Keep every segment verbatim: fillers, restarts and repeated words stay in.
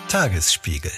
Tagesspiegel.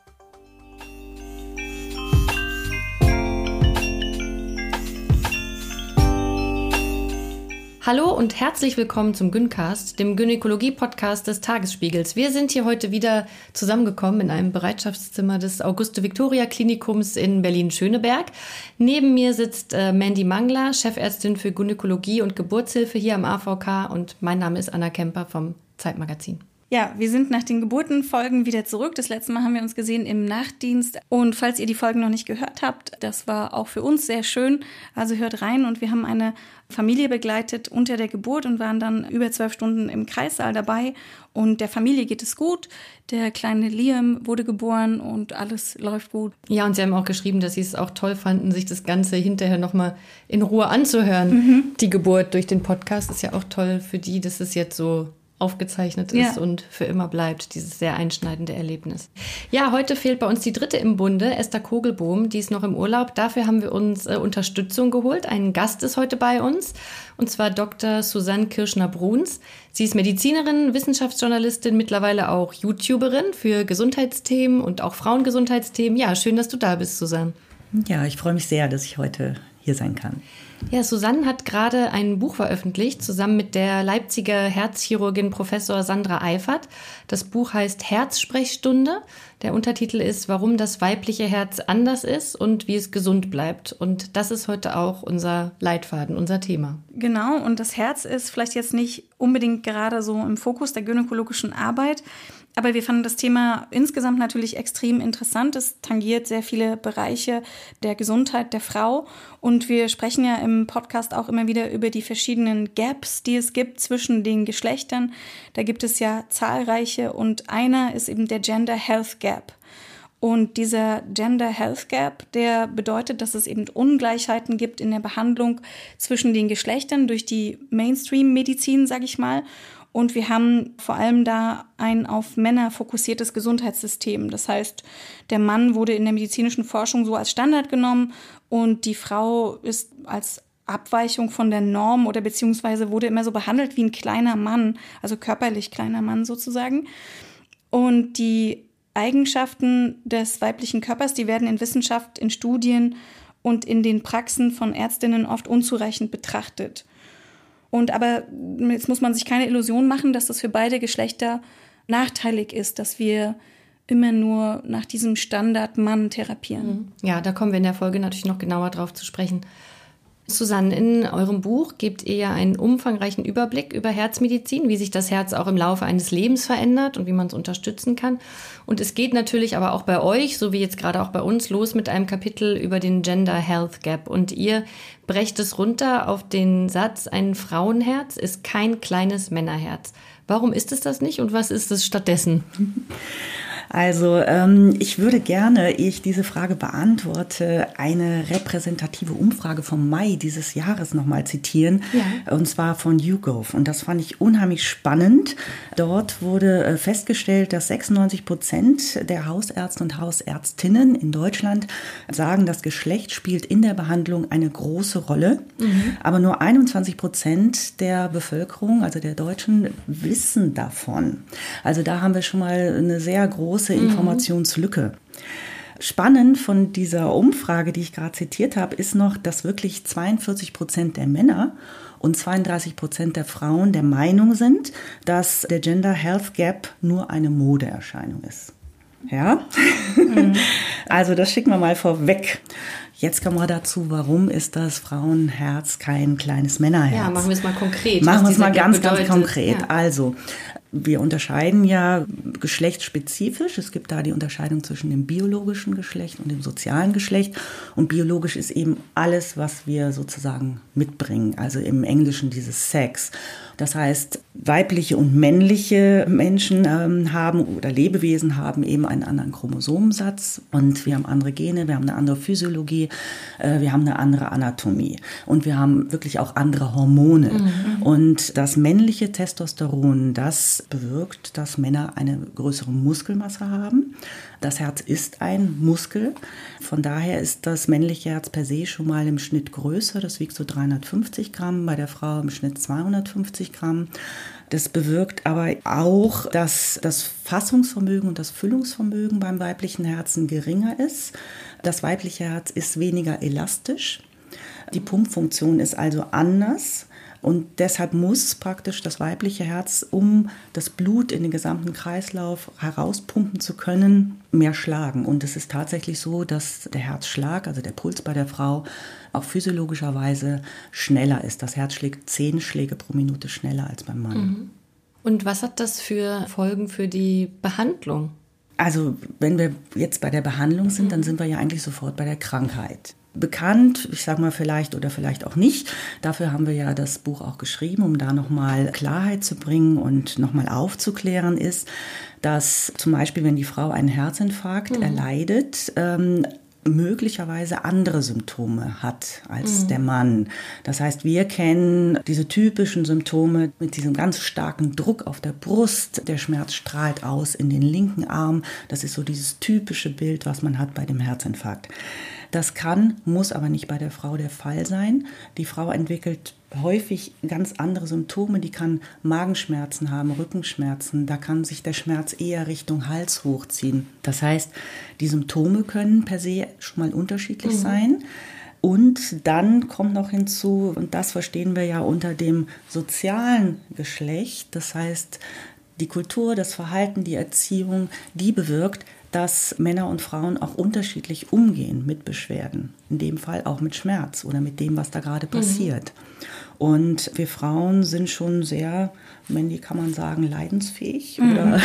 Hallo und herzlich willkommen zum Gyncast, dem Gynäkologie-Podcast des Tagesspiegels. Wir sind hier heute wieder zusammengekommen in einem Bereitschaftszimmer des Auguste-Victoria-Klinikums in Berlin-Schöneberg. Neben mir sitzt äh, Mandy Mangler, Chefärztin für Gynäkologie und Geburtshilfe hier am A V K, und mein Name ist Anna Kemper vom Zeitmagazin. Ja, wir sind nach den Geburtenfolgen wieder zurück. Das letzte Mal haben wir uns gesehen im Nachtdienst. Und falls ihr die Folgen noch nicht gehört habt, das war auch für uns sehr schön. Also hört rein, und wir haben eine Familie begleitet unter der Geburt und waren dann über zwölf Stunden im Kreissaal dabei. Und der Familie geht es gut. Der kleine Liam wurde geboren und alles läuft gut. Ja, und Sie haben auch geschrieben, dass Sie es auch toll fanden, sich das Ganze hinterher nochmal in Ruhe anzuhören. Mhm. Die Geburt durch den Podcast ist ja auch toll für die, dass es jetzt so aufgezeichnet ist, ja, und für immer bleibt, dieses sehr einschneidende Erlebnis. Ja, heute fehlt bei uns die dritte im Bunde, Esther Kogelbohm, die ist noch im Urlaub. Dafür haben wir uns äh, Unterstützung geholt. Ein Gast ist heute bei uns, und zwar Doktor Susanne Kirschner-Bruns. Sie ist Medizinerin, Wissenschaftsjournalistin, mittlerweile auch YouTuberin für Gesundheitsthemen und auch Frauengesundheitsthemen. Ja, schön, dass du da bist, Susanne. Ja, ich freue mich sehr, dass ich heute hier sein kann. Ja, Susanne hat gerade ein Buch veröffentlicht, zusammen mit der Leipziger Herzchirurgin Professor Sandra Eifert. Das Buch heißt Herzsprechstunde. Der Untertitel ist, warum das weibliche Herz anders ist und wie es gesund bleibt. Und das ist heute auch unser Leitfaden, unser Thema. Genau, und das Herz ist vielleicht jetzt nicht unbedingt gerade so im Fokus der gynäkologischen Arbeit, aber wir fanden das Thema insgesamt natürlich extrem interessant. Es tangiert sehr viele Bereiche der Gesundheit der Frau. Und wir sprechen ja im Podcast auch immer wieder über die verschiedenen Gaps, die es gibt zwischen den Geschlechtern. Da gibt es ja zahlreiche, und einer ist eben der Gender Health Gap. Und dieser Gender Health Gap, der bedeutet, dass es eben Ungleichheiten gibt in der Behandlung zwischen den Geschlechtern durch die Mainstream-Medizin, sage ich mal. Und wir haben vor allem da ein auf Männer fokussiertes Gesundheitssystem. Das heißt, der Mann wurde in der medizinischen Forschung so als Standard genommen, und die Frau ist als Abweichung von der Norm oder beziehungsweise wurde immer so behandelt wie ein kleiner Mann, also körperlich kleiner Mann sozusagen. Und die Eigenschaften des weiblichen Körpers, die werden in Wissenschaft, in Studien und in den Praxen von Ärztinnen oft unzureichend betrachtet. Und aber jetzt muss man sich keine Illusion machen, dass das für beide Geschlechter nachteilig ist, dass wir immer nur nach diesem Standard Mann therapieren. Ja, da kommen wir in der Folge natürlich noch genauer drauf zu sprechen. Susanne, in eurem Buch gebt ihr ja einen umfangreichen Überblick über Herzmedizin, wie sich das Herz auch im Laufe eines Lebens verändert und wie man es unterstützen kann. Und es geht natürlich aber auch bei euch, so wie jetzt gerade auch bei uns, los mit einem Kapitel über den Gender Health Gap. Und ihr brecht es runter auf den Satz, ein Frauenherz ist kein kleines Männerherz. Warum ist es das nicht und was ist es stattdessen? Also ähm, ich würde gerne, ehe ich diese Frage beantworte, eine repräsentative Umfrage vom Mai dieses Jahres nochmal zitieren, ja. Und zwar von YouGov. Und das fand ich unheimlich spannend. Dort wurde äh, festgestellt, dass sechsundneunzig Prozent der Hausärzte und Hausärztinnen in Deutschland sagen, das Geschlecht spielt in der Behandlung eine große Rolle. Mhm. Aber nur einundzwanzig Prozent der Bevölkerung, also der Deutschen, wissen davon. Also da haben wir schon mal eine sehr große große Informationslücke. Spannend von dieser Umfrage, die ich gerade zitiert habe, ist noch, dass wirklich zweiundvierzig Prozent der Männer und zweiunddreißig Prozent der Frauen der Meinung sind, dass der Gender Health Gap nur eine Modeerscheinung ist. Ja? Mhm. Also das schicken wir mal vorweg. Jetzt kommen wir dazu, warum ist das Frauenherz kein kleines Männerherz? Ja, machen wir es mal konkret. Machen wir es mal ganz, ganz konkret. Ja. Also, wir unterscheiden ja geschlechtsspezifisch. Es gibt da die Unterscheidung zwischen dem biologischen Geschlecht und dem sozialen Geschlecht. Und biologisch ist eben alles, was wir sozusagen mitbringen. Also im Englischen dieses Sex. Das heißt, weibliche und männliche Menschen ähm, haben oder Lebewesen haben eben einen anderen Chromosomensatz. Und wir haben andere Gene, wir haben eine andere Physiologie. Physiologie, äh, wir haben eine andere Anatomie und wir haben wirklich auch andere Hormone. Mhm. Und das männliche Testosteron, das bewirkt, dass Männer eine größere Muskelmasse haben. Das Herz ist ein Muskel. Von daher ist das männliche Herz per se schon mal im Schnitt größer. Das wiegt so dreihundertfünfzig Gramm, bei der Frau im Schnitt zweihundertfünfzig Gramm. Das bewirkt aber auch, dass das Fassungsvermögen und das Füllungsvermögen beim weiblichen Herzen geringer ist. Das weibliche Herz ist weniger elastisch. Die Pumpfunktion ist also anders. Und deshalb muss praktisch das weibliche Herz, um das Blut in den gesamten Kreislauf herauspumpen zu können, mehr schlagen. Und es ist tatsächlich so, dass der Herzschlag, also der Puls bei der Frau, auch physiologischerweise schneller ist. Das Herz schlägt zehn Schläge pro Minute schneller als beim Mann. Und was hat das für Folgen für die Behandlung? Also wenn wir jetzt bei der Behandlung sind, dann sind wir ja eigentlich sofort bei der Krankheit. Bekannt, ich sage mal vielleicht oder vielleicht auch nicht. Dafür haben wir ja das Buch auch geschrieben, um da nochmal Klarheit zu bringen und nochmal aufzuklären ist, dass zum Beispiel, wenn die Frau einen Herzinfarkt mhm. erleidet, ähm, möglicherweise andere Symptome hat als mhm. der Mann. Das heißt, wir kennen diese typischen Symptome mit diesem ganz starken Druck auf der Brust. Der Schmerz strahlt aus in den linken Arm. Das ist so dieses typische Bild, was man hat bei dem Herzinfarkt. Das kann, muss aber nicht bei der Frau der Fall sein. Die Frau entwickelt häufig ganz andere Symptome. Die kann Magenschmerzen haben, Rückenschmerzen. Da kann sich der Schmerz eher Richtung Hals hochziehen. Das heißt, die Symptome können per se schon mal unterschiedlich mhm. sein. Und dann kommt noch hinzu, und das verstehen wir ja unter dem sozialen Geschlecht, das heißt, die Kultur, das Verhalten, die Erziehung, die bewirkt, dass Männer und Frauen auch unterschiedlich umgehen mit Beschwerden. In dem Fall auch mit Schmerz oder mit dem, was da gerade passiert. Mhm. Und wir Frauen sind schon sehr, Mandy, kann man sagen, leidensfähig. Mhm. Oder?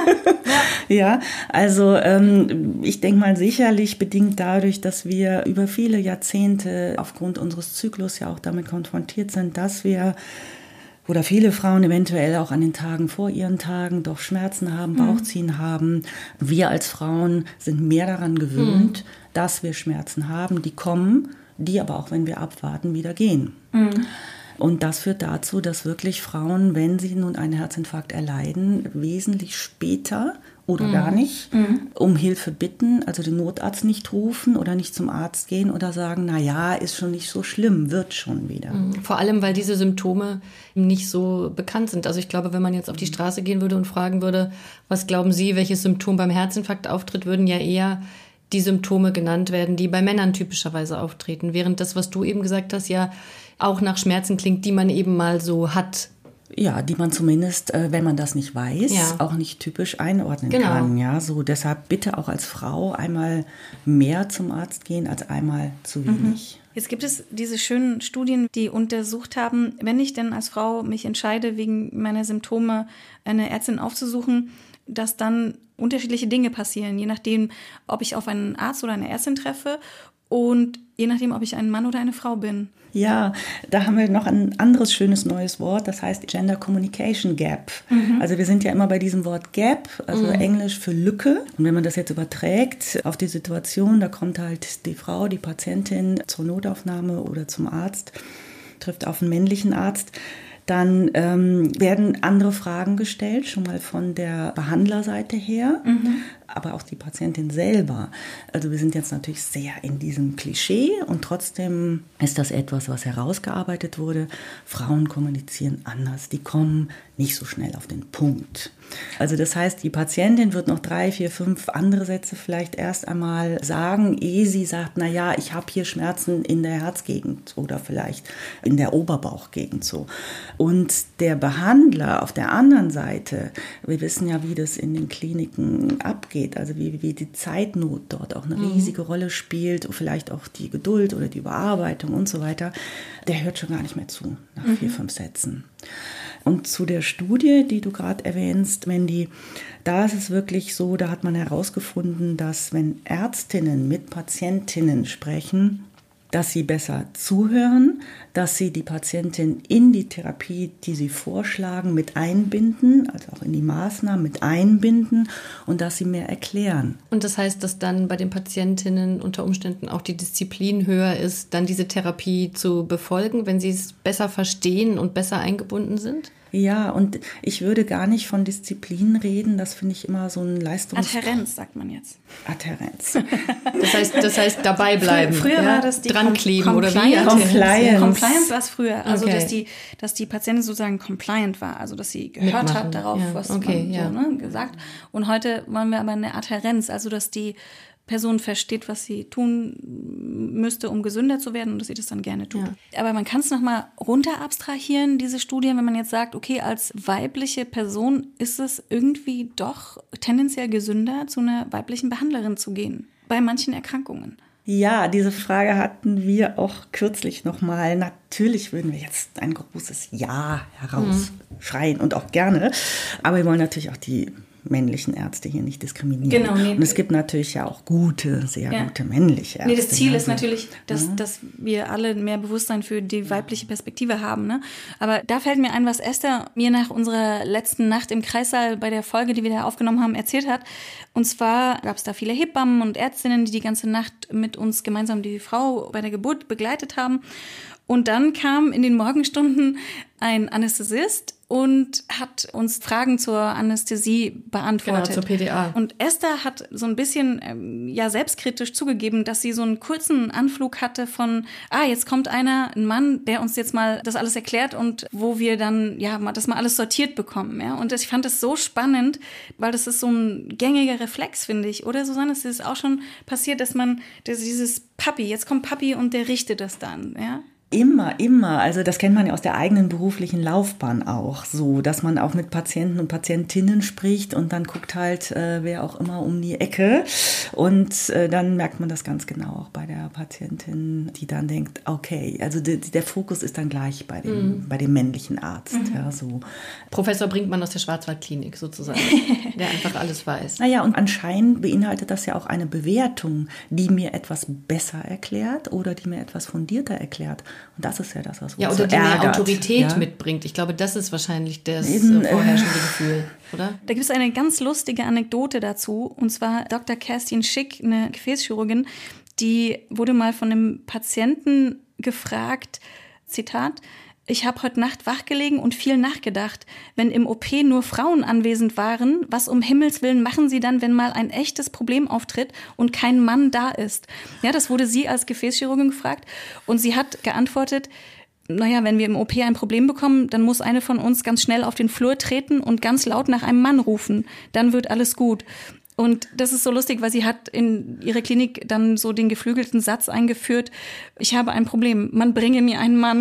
Ja. Ja, also ähm, ich denke mal sicherlich bedingt dadurch, dass wir über viele Jahrzehnte aufgrund unseres Zyklus ja auch damit konfrontiert sind, dass wir oder viele Frauen eventuell auch an den Tagen vor ihren Tagen doch Schmerzen haben, Bauchziehen mhm. haben. Wir als Frauen sind mehr daran gewöhnt, mhm. dass wir Schmerzen haben, die kommen, die aber auch, wenn wir abwarten, wieder gehen. Mhm. Und das führt dazu, dass wirklich Frauen, wenn sie nun einen Herzinfarkt erleiden, wesentlich später oder mhm. gar nicht mhm. um Hilfe bitten, also den Notarzt nicht rufen oder nicht zum Arzt gehen oder sagen, na ja, ist schon nicht so schlimm, wird schon wieder. Mhm. Vor allem, weil diese Symptome nicht so bekannt sind. Also ich glaube, wenn man jetzt auf die Straße gehen würde und fragen würde, was glauben Sie, welches Symptom beim Herzinfarkt auftritt, würden ja eher die Symptome genannt werden, die bei Männern typischerweise auftreten. Während das, was du eben gesagt hast, ja auch nach Schmerzen klingt, die man eben mal so hat. Ja, die man zumindest, wenn man das nicht weiß, ja. auch nicht typisch einordnen genau. kann. Ja, so deshalb bitte auch als Frau einmal mehr zum Arzt gehen als einmal zu wenig. Mhm. Jetzt gibt es diese schönen Studien, die untersucht haben, wenn ich denn als Frau mich entscheide, wegen meiner Symptome eine Ärztin aufzusuchen, dass dann unterschiedliche Dinge passieren, je nachdem, ob ich auf einen Arzt oder eine Ärztin treffe und je nachdem, ob ich ein Mann oder eine Frau bin. Ja, da haben wir noch ein anderes schönes neues Wort, das heißt Gender Communication Gap. Mhm. Also wir sind ja immer bei diesem Wort Gap, also mhm. Englisch für Lücke. Und wenn man das jetzt überträgt auf die Situation, da kommt halt die Frau, die Patientin zur Notaufnahme oder zum Arzt, trifft auf einen männlichen Arzt, dann ähm, werden andere Fragen gestellt, schon mal von der Behandlerseite her, mhm. aber auch die Patientin selber. Also wir sind jetzt natürlich sehr in diesem Klischee und trotzdem ist das etwas, was herausgearbeitet wurde. Frauen kommunizieren anders, die kommen nicht so schnell auf den Punkt. Also das heißt, die Patientin wird noch drei, vier, fünf andere Sätze vielleicht erst einmal sagen, ehe sie sagt, na ja, ich habe hier Schmerzen in der Herzgegend oder vielleicht in der Oberbauchgegend so. Und der Behandler auf der anderen Seite, wir wissen ja, wie das in den Kliniken abgeht, also wie, wie die Zeitnot dort auch eine mhm. riesige Rolle spielt und vielleicht auch die Geduld oder die Überarbeitung und so weiter, der hört schon gar nicht mehr zu nach mhm. vier, fünf Sätzen. Und zu der Studie, die du gerade erwähnst, Mandy, da ist es wirklich so, da hat man herausgefunden, dass wenn Ärztinnen mit Patientinnen sprechen, dass sie besser zuhören, dass sie die Patientin in die Therapie, die sie vorschlagen, mit einbinden, also auch in die Maßnahmen mit einbinden und dass sie mehr erklären. Und das heißt, dass dann bei den Patientinnen unter Umständen auch die Disziplin höher ist, dann diese Therapie zu befolgen, wenn sie es besser verstehen und besser eingebunden sind? Ja, und ich würde gar nicht von Disziplin reden, das finde ich immer so ein Leistungs... Adhärenz, sagt man jetzt. Adhärenz. Das heißt, das heißt dabei bleiben. Früher ja? war das die drankleben oder wie? Compliance. Compliance war es früher. Also, okay. dass die, dass die Patientin sozusagen compliant war. Also, dass sie gehört Mitmachen. hat darauf, ja. was okay, man ja. so ne, gesagt. Und heute wollen wir aber eine Adhärenz. Also, dass die Person versteht, was sie tun müsste, um gesünder zu werden und dass sie das dann gerne tut. Ja. Aber man kann es nochmal runter abstrahieren, diese Studien, wenn man jetzt sagt, okay, als weibliche Person ist es irgendwie doch tendenziell gesünder, zu einer weiblichen Behandlerin zu gehen, bei manchen Erkrankungen. Ja, diese Frage hatten wir auch kürzlich nochmal. Natürlich würden wir jetzt ein großes Ja herausschreien mhm. und auch gerne, aber wir wollen natürlich auch die männlichen Ärzte hier nicht diskriminieren. Genau, nee. Und es gibt natürlich ja auch gute, sehr ja. gute männliche Ärzte. Nee, das Ziel also, ist natürlich, dass, ja. dass wir alle mehr Bewusstsein für die weibliche Perspektive haben. Ne? Aber da fällt mir ein, was Esther mir nach unserer letzten Nacht im Kreissaal bei der Folge, die wir da aufgenommen haben, erzählt hat. Und zwar gab es da viele Hebammen und Ärztinnen, die die ganze Nacht mit uns gemeinsam die Frau bei der Geburt begleitet haben. Und dann kam in den Morgenstunden ein Anästhesist und hat uns Fragen zur Anästhesie beantwortet. Genau, zur P D A. Und Esther hat so ein bisschen ähm, ja selbstkritisch zugegeben, dass sie so einen kurzen Anflug hatte von, ah, jetzt kommt einer, ein Mann, der uns jetzt mal das alles erklärt und wo wir dann ja mal das mal alles sortiert bekommen. Ja? Und ich fand das so spannend, weil das ist so ein gängiger Reflex, finde ich. Oder, Susanne, ist es auch schon passiert, dass man dass dieses Papi, jetzt kommt Papi und der richtet das dann, ja? Immer, immer. Also das kennt man ja aus der eigenen beruflichen Laufbahn auch so, dass man auch mit Patienten und Patientinnen spricht und dann guckt halt äh, wer auch immer um die Ecke und äh, dann merkt man das ganz genau auch bei der Patientin, die dann denkt, okay, also de, der Fokus ist dann gleich bei dem, mhm. bei dem männlichen Arzt. Mhm. Ja, so. Professor Brinkmann aus der Schwarzwaldklinik sozusagen, der einfach alles weiß. Naja, und anscheinend beinhaltet das ja auch eine Bewertung, die mir etwas besser erklärt oder die mir etwas fundierter erklärt. Und das ist ja das, was uns ja, oder so die mehr ärgert, Autorität ja? mitbringt. Ich glaube, das ist wahrscheinlich das Eben, äh, vorherrschende äh, Gefühl, oder? Da gibt es eine ganz lustige Anekdote dazu. Und zwar Doktor Kerstin Schick, eine Gefäßchirurgin, die wurde mal von einem Patienten gefragt, Zitat, ich habe heute Nacht wachgelegen und viel nachgedacht. Wenn im O P nur Frauen anwesend waren, was um Himmels Willen machen sie dann, wenn mal ein echtes Problem auftritt und kein Mann da ist? Ja, das wurde sie als Gefäßchirurgin gefragt und sie hat geantwortet, naja, wenn wir im O P ein Problem bekommen, dann muss eine von uns ganz schnell auf den Flur treten und ganz laut nach einem Mann rufen. Dann wird alles gut. Und das ist so lustig, weil sie hat in ihrer Klinik dann so den geflügelten Satz eingeführt, ich habe ein Problem, man bringe mir einen Mann.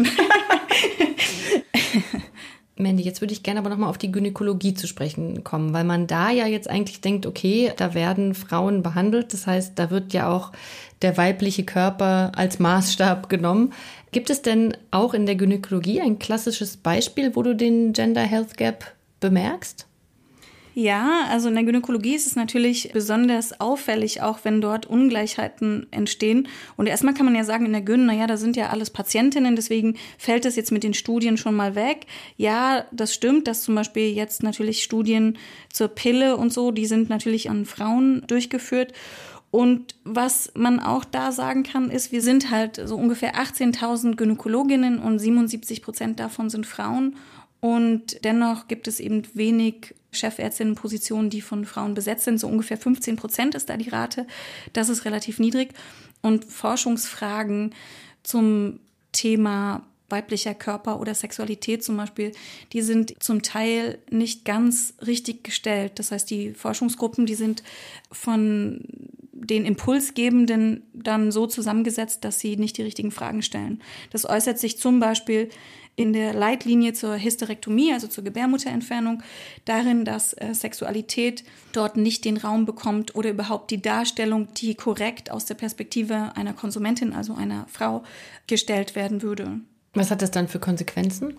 Mandy, jetzt würde ich gerne aber nochmal auf die Gynäkologie zu sprechen kommen, weil man da ja jetzt eigentlich denkt, okay, da werden Frauen behandelt, das heißt, da wird ja auch der weibliche Körper als Maßstab genommen. Gibt es denn auch in der Gynäkologie ein klassisches Beispiel, wo du den Gender Health Gap bemerkst? Ja, also in der Gynäkologie ist es natürlich besonders auffällig, auch wenn dort Ungleichheiten entstehen. Und erstmal kann man ja sagen, in der Gyn, naja, da sind ja alles Patientinnen, deswegen fällt das jetzt mit den Studien schon mal weg. Ja, das stimmt, dass zum Beispiel jetzt natürlich Studien zur Pille und so, die sind natürlich an Frauen durchgeführt. Und was man auch da sagen kann, ist, wir sind halt so ungefähr achtzehntausend Gynäkologinnen und siebenundsiebzig Prozent davon sind Frauen. Und dennoch gibt es eben wenig Chefärztinnenpositionen, die von Frauen besetzt sind. So ungefähr fünfzehn Prozent ist da die Rate. Das ist relativ niedrig. Und Forschungsfragen zum Thema weiblicher Körper oder Sexualität zum Beispiel, die sind zum Teil nicht ganz richtig gestellt. Das heißt, die Forschungsgruppen, die sind von den Impulsgebenden dann so zusammengesetzt, dass sie nicht die richtigen Fragen stellen. Das äußert sich zum Beispiel in der Leitlinie zur Hysterektomie, also zur Gebärmutterentfernung, darin, dass äh, Sexualität dort nicht den Raum bekommt oder überhaupt die Darstellung, die korrekt aus der Perspektive einer Konsumentin, also einer Frau, gestellt werden würde. Was hat das dann für Konsequenzen?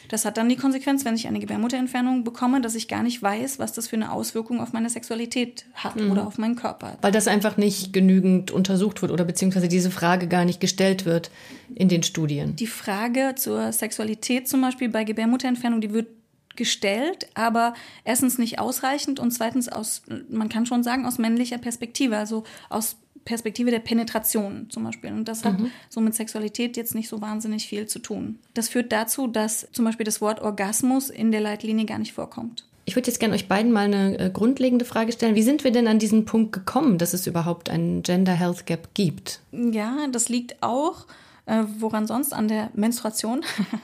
Das hat dann die Konsequenz, wenn ich eine Gebärmutterentfernung bekomme, dass ich gar nicht weiß, was das für eine Auswirkung auf meine Sexualität hat mhm. oder auf meinen Körper. Weil das einfach nicht genügend untersucht wird oder beziehungsweise diese Frage gar nicht gestellt wird in den Studien. Die Frage zur Sexualität zum Beispiel bei Gebärmutterentfernung, die wird gestellt, aber erstens nicht ausreichend und zweitens aus, man kann schon sagen, aus männlicher Perspektive, also aus Perspektive der Penetration zum Beispiel. Und das hat mhm. so mit Sexualität jetzt nicht so wahnsinnig viel zu tun. Das führt dazu, dass zum Beispiel das Wort Orgasmus in der Leitlinie gar nicht vorkommt. Ich würde jetzt gerne euch beiden mal eine äh, grundlegende Frage stellen. Wie sind wir denn an diesen Punkt gekommen, dass es überhaupt einen Gender Health Gap gibt? Ja, das liegt auch Äh, woran sonst? An der Menstruation.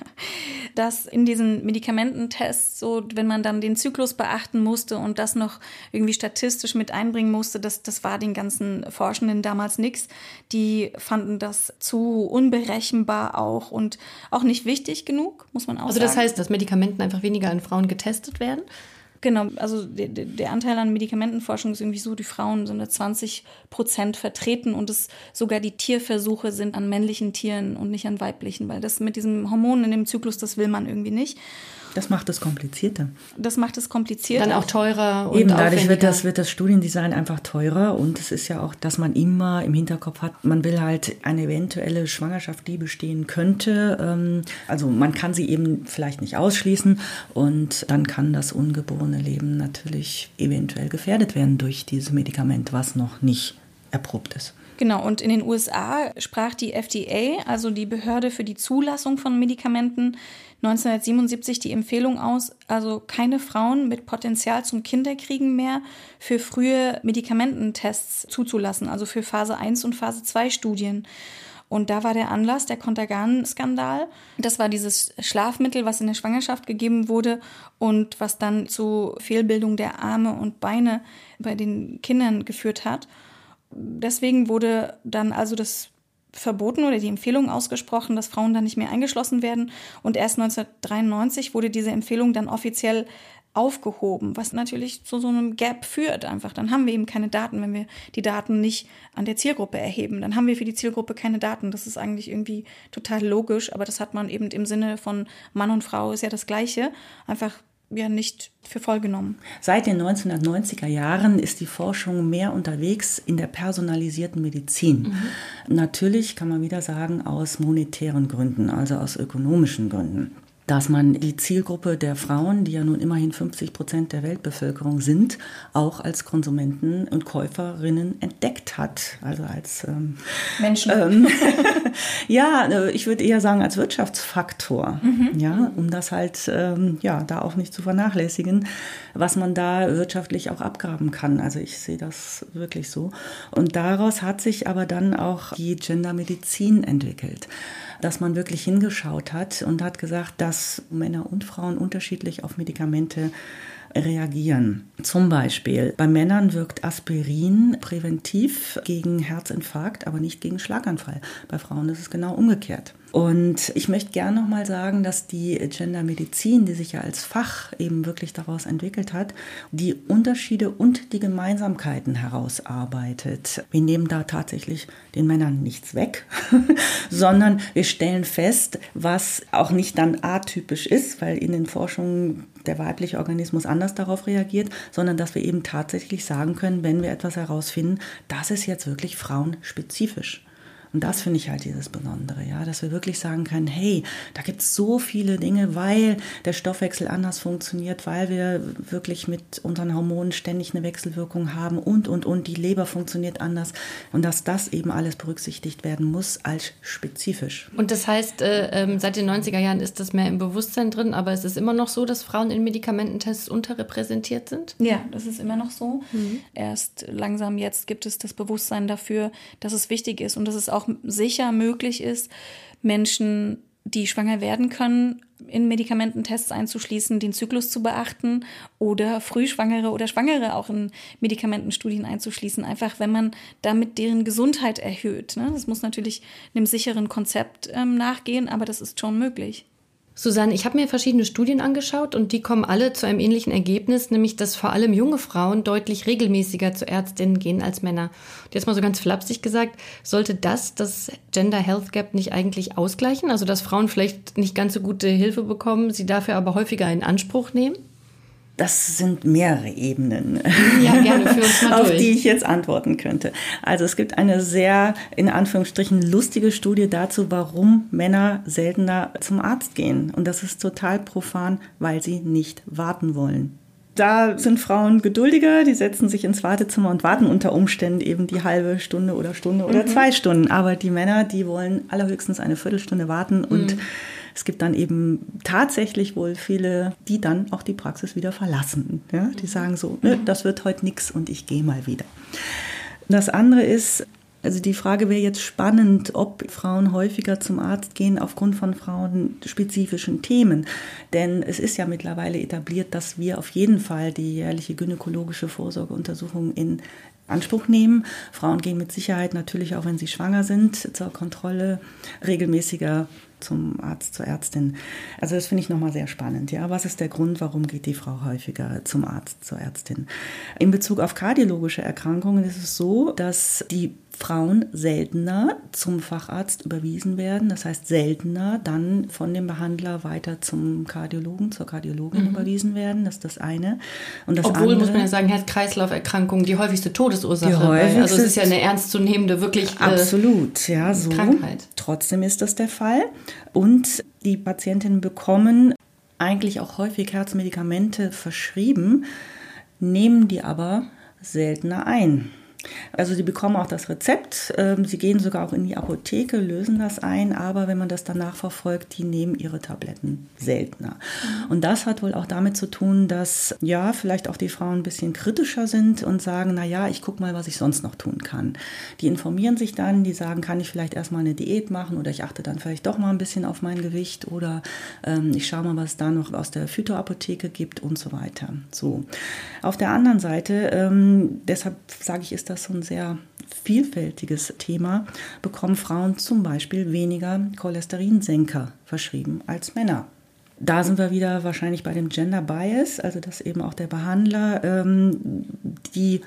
Dass in diesen Medikamententests, so wenn man dann den Zyklus beachten musste und das noch irgendwie statistisch mit einbringen musste, das, das war den ganzen Forschenden damals nichts. Die fanden das zu unberechenbar auch und auch nicht wichtig genug, muss man auch also sagen. Also das heißt, dass Medikamenten einfach weniger an Frauen getestet werden? Genau, also der, der Anteil an Medikamentenforschung ist irgendwie so, die Frauen sind da zwanzig Prozent vertreten und es, sogar die Tierversuche sind an männlichen Tieren und nicht an weiblichen, weil das mit diesem Hormon in dem Zyklus, das will man irgendwie nicht. Das macht es komplizierter. Das macht es komplizierter. Dann auch teurer und Eben, dadurch aufwendiger. wird das, wird das Studiendesign einfach teurer und es ist ja auch, dass man immer im Hinterkopf hat, man will halt eine eventuelle Schwangerschaft, die bestehen könnte. Also man kann sie eben vielleicht nicht ausschließen und dann kann das ungeborene Leben natürlich eventuell gefährdet werden durch dieses Medikament, was noch nicht erprobt ist. Genau, und in den U S A sprach die F D A, also die Behörde für die Zulassung von Medikamenten, neunzehnhundertsiebenundsiebzig die Empfehlung aus, also keine Frauen mit Potenzial zum Kinderkriegen mehr für frühe Medikamententests zuzulassen, also für Phase eins und Phase zwei Studien. Und da war der Anlass der Contergan-Skandal. Das war dieses Schlafmittel, was in der Schwangerschaft gegeben wurde und was dann zu Fehlbildung der Arme und Beine bei den Kindern geführt hat. Deswegen wurde dann also das verboten oder die Empfehlung ausgesprochen, dass Frauen da nicht mehr eingeschlossen werden. Und erst neunzehnhundertdreiundneunzig wurde diese Empfehlung dann offiziell aufgehoben, was natürlich zu so einem Gap führt einfach. Dann haben wir eben keine Daten, wenn wir die Daten nicht an der Zielgruppe erheben. Dann haben wir für die Zielgruppe keine Daten. Das ist eigentlich irgendwie total logisch, aber das hat man eben im Sinne von Mann und Frau ist ja das Gleiche, einfach ja nicht für voll genommen. Seit den neunzehnhundertneunziger Jahren ist die Forschung mehr unterwegs in der personalisierten Medizin. Mhm. Natürlich kann man wieder sagen, aus monetären Gründen, also aus ökonomischen Gründen. Dass man die Zielgruppe der Frauen, die ja nun immerhin fünfzig Prozent der Weltbevölkerung sind, auch als Konsumenten und Käuferinnen entdeckt hat. Also als ähm, Menschen. Ähm, ja, ich würde eher sagen als Wirtschaftsfaktor, mhm. ja, um das halt ähm, ja da auch nicht zu vernachlässigen, was man da wirtschaftlich auch abgraben kann. Also ich sehe das wirklich so. Und daraus hat sich aber dann auch die Gendermedizin entwickelt. Dass man wirklich hingeschaut hat und hat gesagt, dass Männer und Frauen unterschiedlich auf Medikamente reagieren. Zum Beispiel bei Männern wirkt Aspirin präventiv gegen Herzinfarkt, aber nicht gegen Schlaganfall. Bei Frauen ist es genau umgekehrt. Und ich möchte gerne noch mal sagen, dass die Gendermedizin, die sich ja als Fach eben wirklich daraus entwickelt hat, die Unterschiede und die Gemeinsamkeiten herausarbeitet. Wir nehmen da tatsächlich den Männern nichts weg, sondern wir stellen fest, was auch nicht dann atypisch ist, weil in den Forschungen der weibliche Organismus anders darauf reagiert, sondern dass wir eben tatsächlich sagen können, wenn wir etwas herausfinden, das ist jetzt wirklich frauenspezifisch. Und das finde ich halt dieses Besondere, ja, dass wir wirklich sagen können, hey, da gibt es so viele Dinge, weil der Stoffwechsel anders funktioniert, weil wir wirklich mit unseren Hormonen ständig eine Wechselwirkung haben und, und, und, die Leber funktioniert anders und dass das eben alles berücksichtigt werden muss als spezifisch. Und das heißt, äh, seit den neunziger Jahren ist das mehr im Bewusstsein drin, aber es ist immer noch so, dass Frauen in Medikamententests unterrepräsentiert sind? Ja, das ist immer noch so. Mhm. Erst langsam jetzt gibt es das Bewusstsein dafür, dass es wichtig ist und dass es auch sicher möglich ist, Menschen, die schwanger werden können, in Medikamententests einzuschließen, den Zyklus zu beachten oder Frühschwangere oder Schwangere auch in Medikamentenstudien einzuschließen, einfach wenn man damit deren Gesundheit erhöht. Ne? Das muss natürlich einem sicheren Konzept ähm, nachgehen, aber das ist schon möglich. Susanne, ich habe mir verschiedene Studien angeschaut und die kommen alle zu einem ähnlichen Ergebnis, nämlich dass vor allem junge Frauen deutlich regelmäßiger zu Ärztinnen gehen als Männer. Und jetzt mal so ganz flapsig gesagt, sollte das das Gender Health Gap nicht eigentlich ausgleichen? Also dass Frauen vielleicht nicht ganz so gute Hilfe bekommen, sie dafür aber häufiger in Anspruch nehmen? Das sind mehrere Ebenen, ja, gerne, für uns mal auf durch. Die ich jetzt antworten könnte. Also es gibt eine sehr, in Anführungsstrichen, lustige Studie dazu, warum Männer seltener zum Arzt gehen. Und das ist total profan, weil sie nicht warten wollen. Da sind Frauen geduldiger, die setzen sich ins Wartezimmer und warten unter Umständen eben die halbe Stunde oder Stunde oder mhm. zwei Stunden. Aber die Männer, die wollen allerhöchstens eine Viertelstunde warten und mhm. es gibt dann eben tatsächlich wohl viele, die dann auch die Praxis wieder verlassen. Ja? Die sagen so, ne, das wird heute nichts und ich gehe mal wieder. Das andere ist, also die Frage wäre jetzt spannend, ob Frauen häufiger zum Arzt gehen aufgrund von frauenspezifischen Themen. Denn es ist ja mittlerweile etabliert, dass wir auf jeden Fall die jährliche gynäkologische Vorsorgeuntersuchung in Anspruch nehmen. Frauen gehen mit Sicherheit natürlich auch, wenn sie schwanger sind, zur Kontrolle regelmäßiger zum Arzt, zur Ärztin. Also das finde ich nochmal sehr spannend. Ja, was ist der Grund, warum geht die Frau häufiger zum Arzt, zur Ärztin? In Bezug auf kardiologische Erkrankungen ist es so, dass die Frauen seltener zum Facharzt überwiesen werden. Das heißt, seltener dann von dem Behandler weiter zum Kardiologen, zur Kardiologin mhm. überwiesen werden. Das ist das eine. Und das Obwohl, andere, muss man ja sagen, Herz-Kreislauf-Erkrankungen die häufigste Todesursache. Die häufigste, also es ist ja eine ernstzunehmende, wirklich absolut, ja, so. Krankheit. Trotzdem ist das der Fall. Und die Patientinnen bekommen eigentlich auch häufig Herzmedikamente verschrieben, nehmen die aber seltener ein. Also sie bekommen auch das Rezept, sie gehen sogar auch in die Apotheke, lösen das ein, aber wenn man das danach verfolgt, die nehmen ihre Tabletten seltener. Mhm. Und das hat wohl auch damit zu tun, dass ja vielleicht auch die Frauen ein bisschen kritischer sind und sagen, naja, ich gucke mal, was ich sonst noch tun kann. Die informieren sich dann, die sagen, kann ich vielleicht erstmal eine Diät machen oder ich achte dann vielleicht doch mal ein bisschen auf mein Gewicht oder ähm, ich schaue mal, was es da noch aus der Phytoapotheke gibt und so weiter. So. Auf der anderen Seite, ähm, deshalb sage ich, ist das so ein sehr vielfältiges Thema, bekommen Frauen zum Beispiel weniger Cholesterinsenker verschrieben als Männer. Da sind wir wieder wahrscheinlich bei dem Gender Bias, also dass eben auch der Behandler ähm, die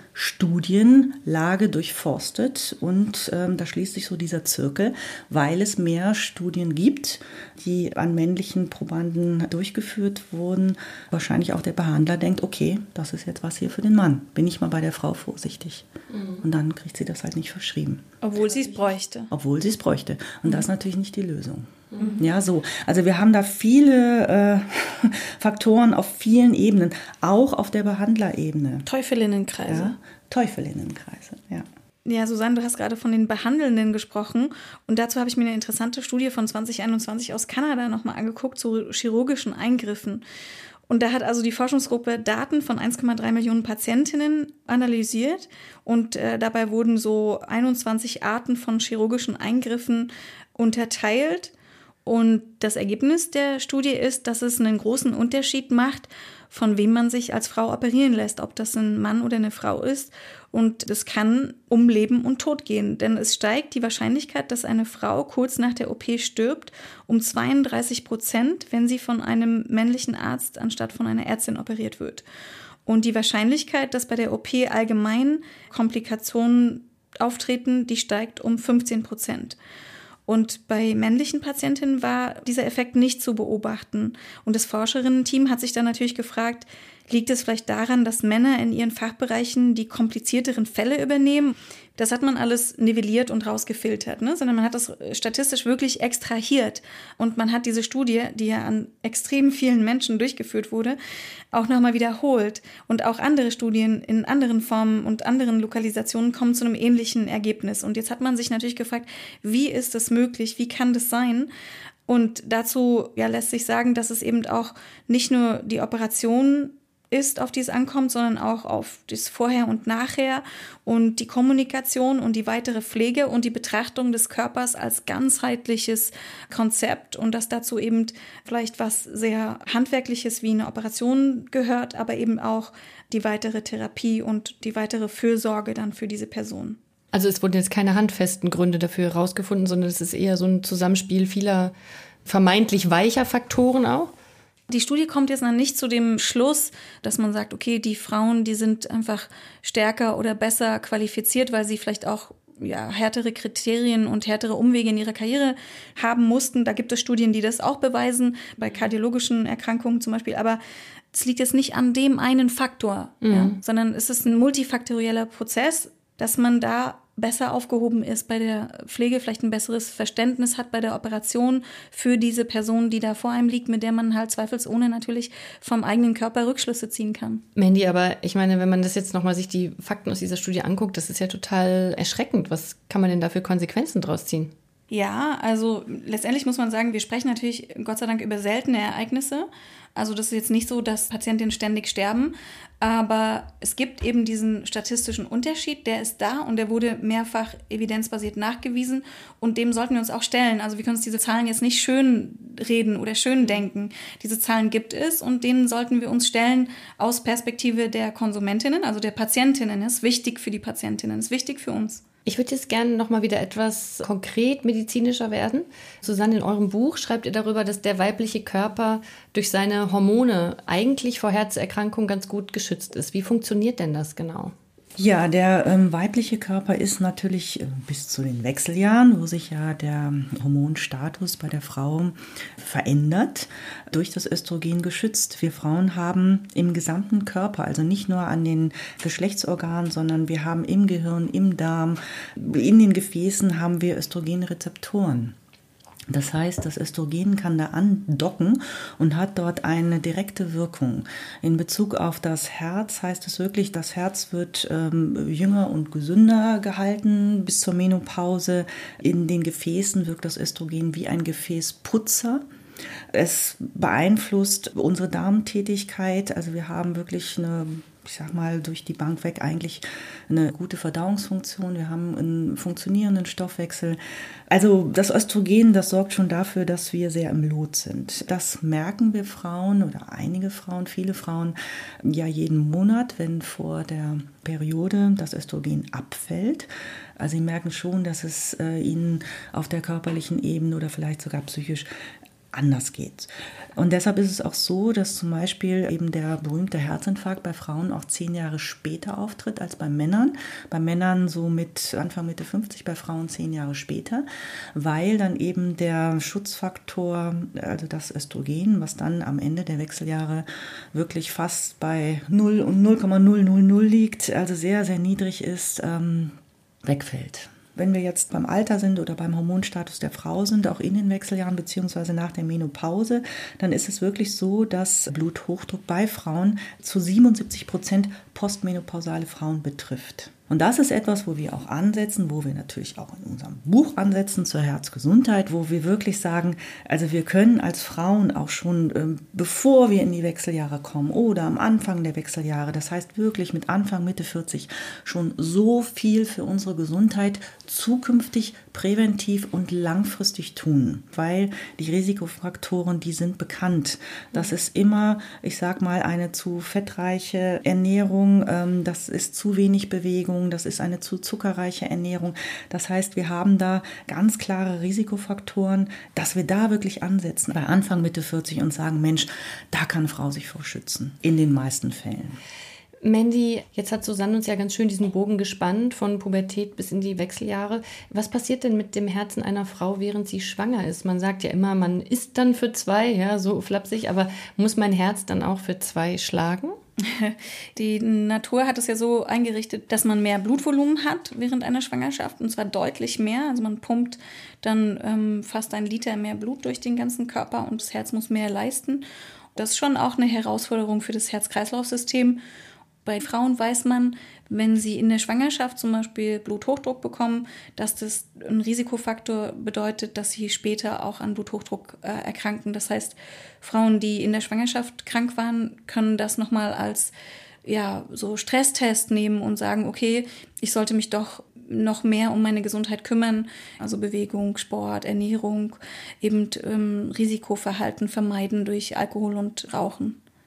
Studienlage durchforstet und ähm, da schließt sich so dieser Zirkel, weil es mehr Studien gibt, die an männlichen Probanden durchgeführt wurden. Wahrscheinlich auch der Behandler denkt, okay, das ist jetzt was hier für den Mann, bin ich mal bei der Frau vorsichtig. Mhm. Und dann kriegt sie das halt nicht verschrieben. Obwohl sie es bräuchte. Obwohl sie es bräuchte. Und mhm. das ist natürlich nicht die Lösung. Mhm. Ja, so. Also wir haben da viele äh, Faktoren auf vielen Ebenen, auch auf der Behandlerebene. Teufelinnenkreise. Ja, Teufelinnenkreise, ja. Ja, Susanne, du hast gerade von den Behandelnden gesprochen und dazu habe ich mir eine interessante Studie von zwanzig einundzwanzig aus Kanada nochmal angeguckt zu chirurgischen Eingriffen. Und da hat also die Forschungsgruppe Daten von eins Komma drei Millionen Patientinnen analysiert und äh, dabei wurden so einundzwanzig Arten von chirurgischen Eingriffen unterteilt. Und das Ergebnis der Studie ist, dass es einen großen Unterschied macht, von wem man sich als Frau operieren lässt, ob das ein Mann oder eine Frau ist. Und es kann um Leben und Tod gehen, denn es steigt die Wahrscheinlichkeit, dass eine Frau kurz nach der O P stirbt, um zweiunddreißig Prozent, wenn sie von einem männlichen Arzt anstatt von einer Ärztin operiert wird. Und die Wahrscheinlichkeit, dass bei der O P allgemein Komplikationen auftreten, die steigt um fünfzehn Prozent. Und bei männlichen Patientinnen war dieser Effekt nicht zu beobachten. Und das Forscherinnen-Team hat sich dann natürlich gefragt, liegt es vielleicht daran, dass Männer in ihren Fachbereichen die komplizierteren Fälle übernehmen? Das hat man alles nivelliert und rausgefiltert, ne? Sondern man hat das statistisch wirklich extrahiert. Und man hat diese Studie, die ja an extrem vielen Menschen durchgeführt wurde, auch nochmal wiederholt. Und auch andere Studien in anderen Formen und anderen Lokalisationen kommen zu einem ähnlichen Ergebnis. Und jetzt hat man sich natürlich gefragt, wie ist das möglich? Wie kann das sein? Und dazu ja, lässt sich sagen, dass es eben auch nicht nur die Operation ist, auf die es ankommt, sondern auch auf das Vorher und Nachher und die Kommunikation und die weitere Pflege und die Betrachtung des Körpers als ganzheitliches Konzept und dass dazu eben vielleicht was sehr Handwerkliches wie eine Operation gehört, aber eben auch die weitere Therapie und die weitere Fürsorge dann für diese Person. Also es wurden jetzt keine handfesten Gründe dafür herausgefunden, sondern es ist eher so ein Zusammenspiel vieler vermeintlich weicher Faktoren auch? Die Studie kommt jetzt noch nicht zu dem Schluss, dass man sagt, okay, die Frauen, die sind einfach stärker oder besser qualifiziert, weil sie vielleicht auch ja, härtere Kriterien und härtere Umwege in ihrer Karriere haben mussten. Da gibt es Studien, die das auch beweisen, bei kardiologischen Erkrankungen zum Beispiel. Aber es liegt jetzt nicht an dem einen Faktor, mhm. ja, sondern es ist ein multifaktorieller Prozess, dass man da besser aufgehoben ist bei der Pflege, vielleicht ein besseres Verständnis hat bei der Operation für diese Person, die da vor einem liegt, mit der man halt zweifelsohne natürlich vom eigenen Körper Rückschlüsse ziehen kann. Mandy, aber ich meine, wenn man das jetzt nochmal sich die Fakten aus dieser Studie anguckt, das ist ja total erschreckend. Was kann man denn da für Konsequenzen draus ziehen? Ja, also letztendlich muss man sagen, wir sprechen natürlich Gott sei Dank über seltene Ereignisse. Also das ist jetzt nicht so, dass Patientinnen ständig sterben, aber es gibt eben diesen statistischen Unterschied, der ist da und der wurde mehrfach evidenzbasiert nachgewiesen und dem sollten wir uns auch stellen. Also wir können uns diese Zahlen jetzt nicht schön reden oder schön denken. Diese Zahlen gibt es und denen sollten wir uns stellen aus Perspektive der Konsumentinnen, also der Patientinnen. Das ist wichtig für die Patientinnen, das ist wichtig für uns. Ich würde jetzt gerne noch mal wieder etwas konkret medizinischer werden. Susanne, in eurem Buch schreibt ihr darüber, dass der weibliche Körper durch seine Hormone eigentlich vor Herzerkrankungen ganz gut geschützt ist. Wie funktioniert denn das genau? Ja, der ähm, weibliche Körper ist natürlich äh, bis zu den Wechseljahren, wo sich ja der Hormonstatus bei der Frau verändert, durch das Östrogen geschützt. Wir Frauen haben im gesamten Körper, also nicht nur an den Geschlechtsorganen, sondern wir haben im Gehirn, im Darm, in den Gefäßen haben wir Östrogenrezeptoren. Das heißt, das Östrogen kann da andocken und hat dort eine direkte Wirkung. In Bezug auf das Herz heißt es wirklich, das Herz wird ähm, jünger und gesünder gehalten bis zur Menopause. In den Gefäßen wirkt das Östrogen wie ein Gefäßputzer. Es beeinflusst unsere Darmtätigkeit. Also wir haben wirklich eine, ich sag mal, durch die Bank weg eigentlich eine gute Verdauungsfunktion. Wir haben einen funktionierenden Stoffwechsel. Also das Östrogen, das sorgt schon dafür, dass wir sehr im Lot sind. Das merken wir Frauen oder einige Frauen, viele Frauen ja jeden Monat, wenn vor der Periode das Östrogen abfällt. Also sie merken schon, dass es äh, ihnen auf der körperlichen Ebene oder vielleicht sogar psychisch anders geht. Und deshalb ist es auch so, dass zum Beispiel eben der berühmte Herzinfarkt bei Frauen auch zehn Jahre später auftritt als bei Männern. Bei Männern so mit Anfang Mitte fünfzig, bei Frauen zehn Jahre später, weil dann eben der Schutzfaktor, also das Östrogen, was dann am Ende der Wechseljahre wirklich fast bei null und null Komma null null null liegt, also sehr, sehr niedrig ist, ähm, wegfällt. Wenn wir jetzt beim Alter sind oder beim Hormonstatus der Frau sind, auch in den Wechseljahren beziehungsweise nach der Menopause, dann ist es wirklich so, dass Bluthochdruck bei Frauen zu siebenundsiebzig Prozent postmenopausale Frauen betrifft. Und das ist etwas, wo wir auch ansetzen, wo wir natürlich auch in unserem Buch ansetzen zur Herzgesundheit, wo wir wirklich sagen, also wir können als Frauen auch schon, ähm, bevor wir in die Wechseljahre kommen oder am Anfang der Wechseljahre, das heißt wirklich mit Anfang, Mitte vierzig, schon so viel für unsere Gesundheit zukünftig präventiv und langfristig tun, weil die Risikofaktoren, die sind bekannt. Das ist immer, ich sag mal, eine zu fettreiche Ernährung, ähm, das ist zu wenig Bewegung, das ist eine zu zuckerreiche Ernährung. Das heißt, wir haben da ganz klare Risikofaktoren, dass wir da wirklich ansetzen bei Anfang, Mitte vierzig und sagen, Mensch, da kann eine Frau sich vor schützen, in den meisten Fällen. Mandy, jetzt hat Susanne uns ja ganz schön diesen Bogen gespannt, von Pubertät bis in die Wechseljahre. Was passiert denn mit dem Herzen einer Frau, während sie schwanger ist? Man sagt ja immer, man isst dann für zwei, ja, so flapsig, aber muss mein Herz dann auch für zwei schlagen? Die Natur hat es ja so eingerichtet, dass man mehr Blutvolumen hat während einer Schwangerschaft, und zwar deutlich mehr. Also man pumpt dann ähm, fast ein Liter mehr Blut durch den ganzen Körper und das Herz muss mehr leisten. Das ist schon auch eine Herausforderung für das Herz-Kreislauf-System. Bei Frauen weiß man, wenn sie in der Schwangerschaft zum Beispiel Bluthochdruck bekommen, dass das ein Risikofaktor bedeutet, dass sie später auch an Bluthochdruck äh, erkranken. Das heißt, Frauen, die in der Schwangerschaft krank waren, können das nochmal als ja, so Stresstest nehmen und sagen, okay, ich sollte mich doch noch mehr um meine Gesundheit kümmern. Also Bewegung, Sport, Ernährung, eben ähm, Risikoverhalten vermeiden durch Alkohol und Rauchen.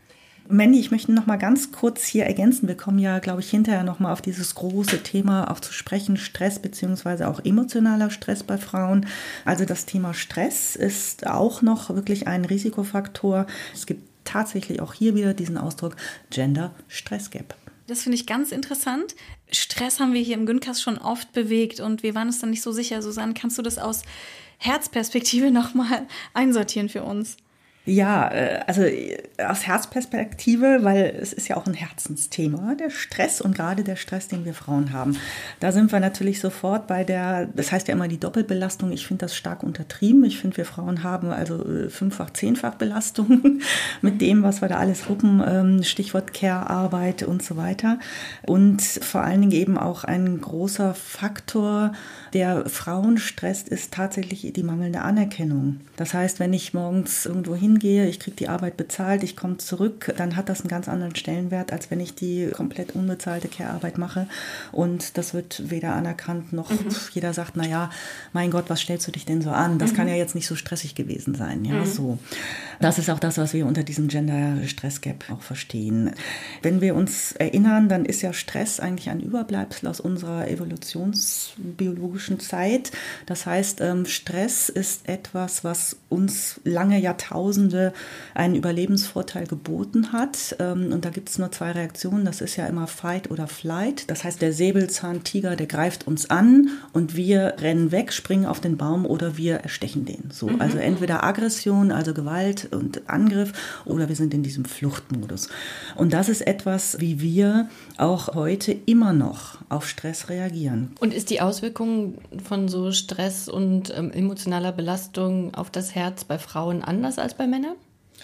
Mandy, ich möchte noch mal ganz kurz hier ergänzen. Wir kommen ja, glaube ich, hinterher noch mal auf dieses große Thema auch zu sprechen, Stress beziehungsweise auch emotionaler Stress bei Frauen. Also das Thema Stress ist auch noch wirklich ein Risikofaktor. Es gibt tatsächlich auch hier wieder diesen Ausdruck Gender Stress Gap. Das finde ich ganz interessant. Stress haben wir hier im Gyncast schon oft bewegt und wir waren uns dann nicht so sicher. Susanne, kannst du das aus Herzperspektive noch mal einsortieren für uns? Ja, also aus Herzperspektive, weil es ist ja auch ein Herzensthema, der Stress und gerade der Stress, den wir Frauen haben. Da sind wir natürlich sofort bei der, das heißt ja immer die Doppelbelastung. Ich finde das stark untertrieben. Ich finde, wir Frauen haben also fünffach, zehnfach Belastung mit dem, was wir da alles wuppen, Stichwort Care-Arbeit und so weiter. Und vor allen Dingen eben auch ein großer Faktor, der Frauen stresst, ist tatsächlich die mangelnde Anerkennung. Das heißt, wenn ich morgens irgendwo hingehe, ich kriege die Arbeit bezahlt, ich komme zurück, dann hat das einen ganz anderen Stellenwert, als wenn ich die komplett unbezahlte Care-Arbeit mache. Und das wird weder anerkannt, noch mhm. jeder sagt, naja, mein Gott, was stellst du dich denn so an? Das mhm. kann ja jetzt nicht so stressig gewesen sein. Ja, mhm. so. Das ist auch das, was wir unter diesem Gender-Stress-Gap auch verstehen. Wenn wir uns erinnern, dann ist ja Stress eigentlich ein Überbleibsel aus unserer evolutionsbiologischen Zeit. Das heißt, Stress ist etwas, was uns lange Jahrtausende einen Überlebensvorteil geboten hat. Und da gibt es nur zwei Reaktionen. Das ist ja immer Fight oder Flight. Das heißt, der Säbelzahntiger, der greift uns an und wir rennen weg, springen auf den Baum oder wir erstechen den. So, mhm. Also entweder Aggression, also Gewalt und Angriff, oder wir sind in diesem Fluchtmodus. Und das ist etwas, wie wir auch heute immer noch auf Stress reagieren. Und ist die Auswirkung von so Stress und ähm, emotionaler Belastung auf das Herz bei Frauen anders als bei Männern?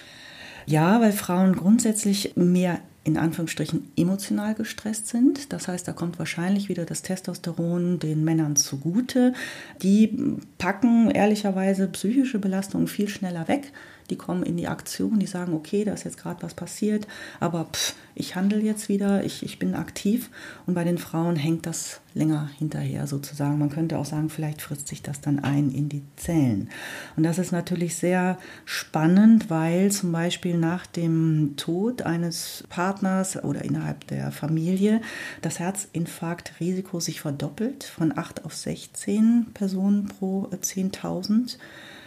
Ja, weil Frauen grundsätzlich mehr in Anführungsstrichen emotional gestresst sind. Das heißt, da kommt wahrscheinlich wieder das Testosteron den Männern zugute. Die packen ehrlicherweise psychische Belastungen viel schneller weg. Die kommen in die Aktion, die sagen, okay, da ist jetzt gerade was passiert, aber pff, ich handle jetzt wieder, ich, ich bin aktiv. Und bei den Frauen hängt das länger hinterher sozusagen. Man könnte auch sagen, vielleicht frisst sich das dann ein in die Zellen. Und das ist natürlich sehr spannend, weil zum Beispiel nach dem Tod eines Partners oder innerhalb der Familie das Herzinfarktrisiko sich verdoppelt von acht auf sechzehn Personen pro zehntausend.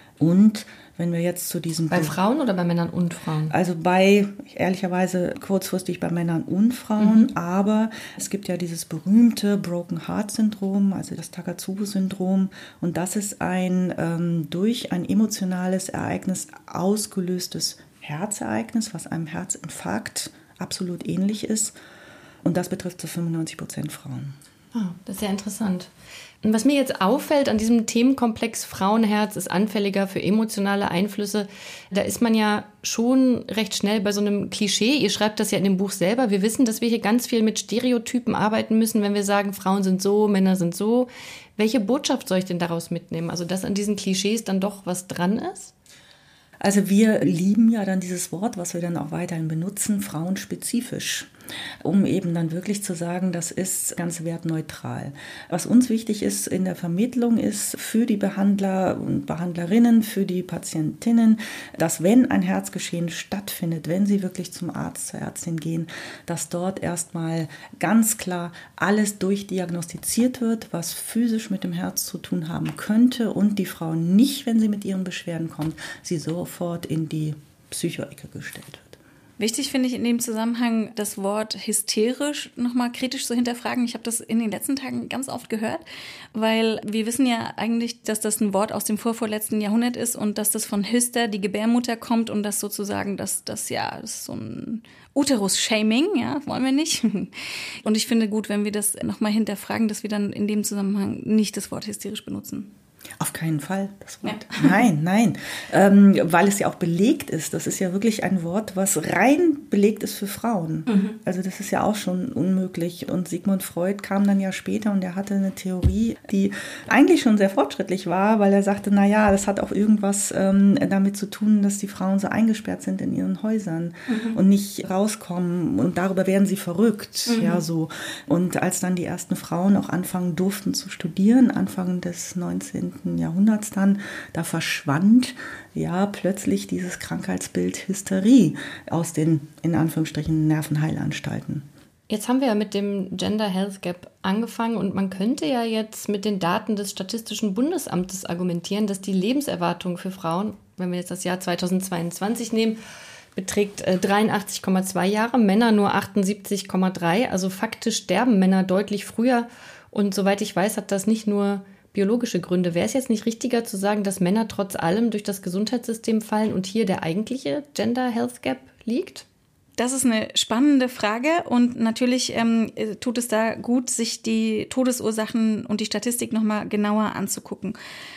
Und wenn wir jetzt zu diesem... Bei Frauen oder bei Männern und Frauen? Also bei, ehrlicherweise kurzfristig bei Männern und Frauen, mhm. aber es gibt ja dieses berühmte Broken Heart Syndrom, also das Takotsubo-Syndrom, und das ist ein ähm, durch ein emotionales Ereignis ausgelöstes Herzereignis, was einem Herzinfarkt absolut ähnlich ist, und das betrifft zu fünfundneunzig Prozent Frauen. Oh, das ist ja interessant. Und was mir jetzt auffällt an diesem Themenkomplex Frauenherz ist anfälliger für emotionale Einflüsse. Da ist man ja schon recht schnell bei so einem Klischee. Ihr schreibt das ja in dem Buch selber. Wir wissen, dass wir hier ganz viel mit Stereotypen arbeiten müssen, wenn wir sagen, Frauen sind so, Männer sind so. Welche Botschaft soll ich denn daraus mitnehmen? Also, dass an diesen Klischees dann doch was dran ist? Also wir lieben ja dann dieses Wort, was wir dann auch weiterhin benutzen, frauenspezifisch, um eben dann wirklich zu sagen, das ist ganz wertneutral. Was uns wichtig ist in der Vermittlung ist für die Behandler und Behandlerinnen, für die Patientinnen, dass wenn ein Herzgeschehen stattfindet, wenn sie wirklich zum Arzt, zur Ärztin gehen, dass dort erstmal ganz klar alles durchdiagnostiziert wird, was physisch mit dem Herz zu tun haben könnte und die Frau nicht, wenn sie mit ihren Beschwerden kommt, sie sofort in die Psycho-Ecke gestellt wird. Wichtig finde ich in dem Zusammenhang, das Wort hysterisch nochmal kritisch zu hinterfragen. Ich habe das in den letzten Tagen ganz oft gehört, weil wir wissen ja eigentlich, dass das ein Wort aus dem vorvorletzten Jahrhundert ist und dass das von Hyster, die Gebärmutter, kommt und das sozusagen, dass das ja das ist so ein Uterus-Shaming, ja, wollen wir nicht. Und ich finde gut, wenn wir das nochmal hinterfragen, dass wir dann in dem Zusammenhang nicht das Wort hysterisch benutzen. Auf keinen Fall, das Wort. Ja. Nein, nein, ähm, weil es ja auch belegt ist. Das ist ja wirklich ein Wort, was rein belegt ist für Frauen. Mhm. Also das ist ja auch schon unmöglich. Und Sigmund Freud kam dann ja später und er hatte eine Theorie, die eigentlich schon sehr fortschrittlich war, weil er sagte, naja, das hat auch irgendwas ähm, damit zu tun, dass die Frauen so eingesperrt sind in ihren Häusern mhm. und nicht rauskommen. Und darüber werden sie verrückt. Mhm. Ja, so. Und als dann die ersten Frauen auch anfangen durften zu studieren, Anfang des neunzehnten neunzehnten Jahrhunderts dann, da verschwand ja plötzlich dieses Krankheitsbild Hysterie aus den, in Anführungsstrichen, Nervenheilanstalten. Jetzt haben wir ja mit dem Gender Health Gap angefangen und man könnte ja jetzt mit den Daten des Statistischen Bundesamtes argumentieren, dass die Lebenserwartung für Frauen, wenn wir jetzt das Jahr zweitausendzweiundzwanzig nehmen, beträgt äh, dreiundachtzig Komma zwei Jahre, Männer nur achtundsiebzig Komma drei. Also faktisch sterben Männer deutlich früher. Und soweit ich weiß, hat das nicht nur biologische Gründe. Wäre es jetzt nicht richtiger zu sagen, dass Männer trotz allem durch das Gesundheitssystem fallen und hier der eigentliche Gender Health Gap liegt? Das ist eine spannende Frage und natürlich ähm, tut es da gut, sich die Todesursachen und die Statistik nochmal genauer anzugucken.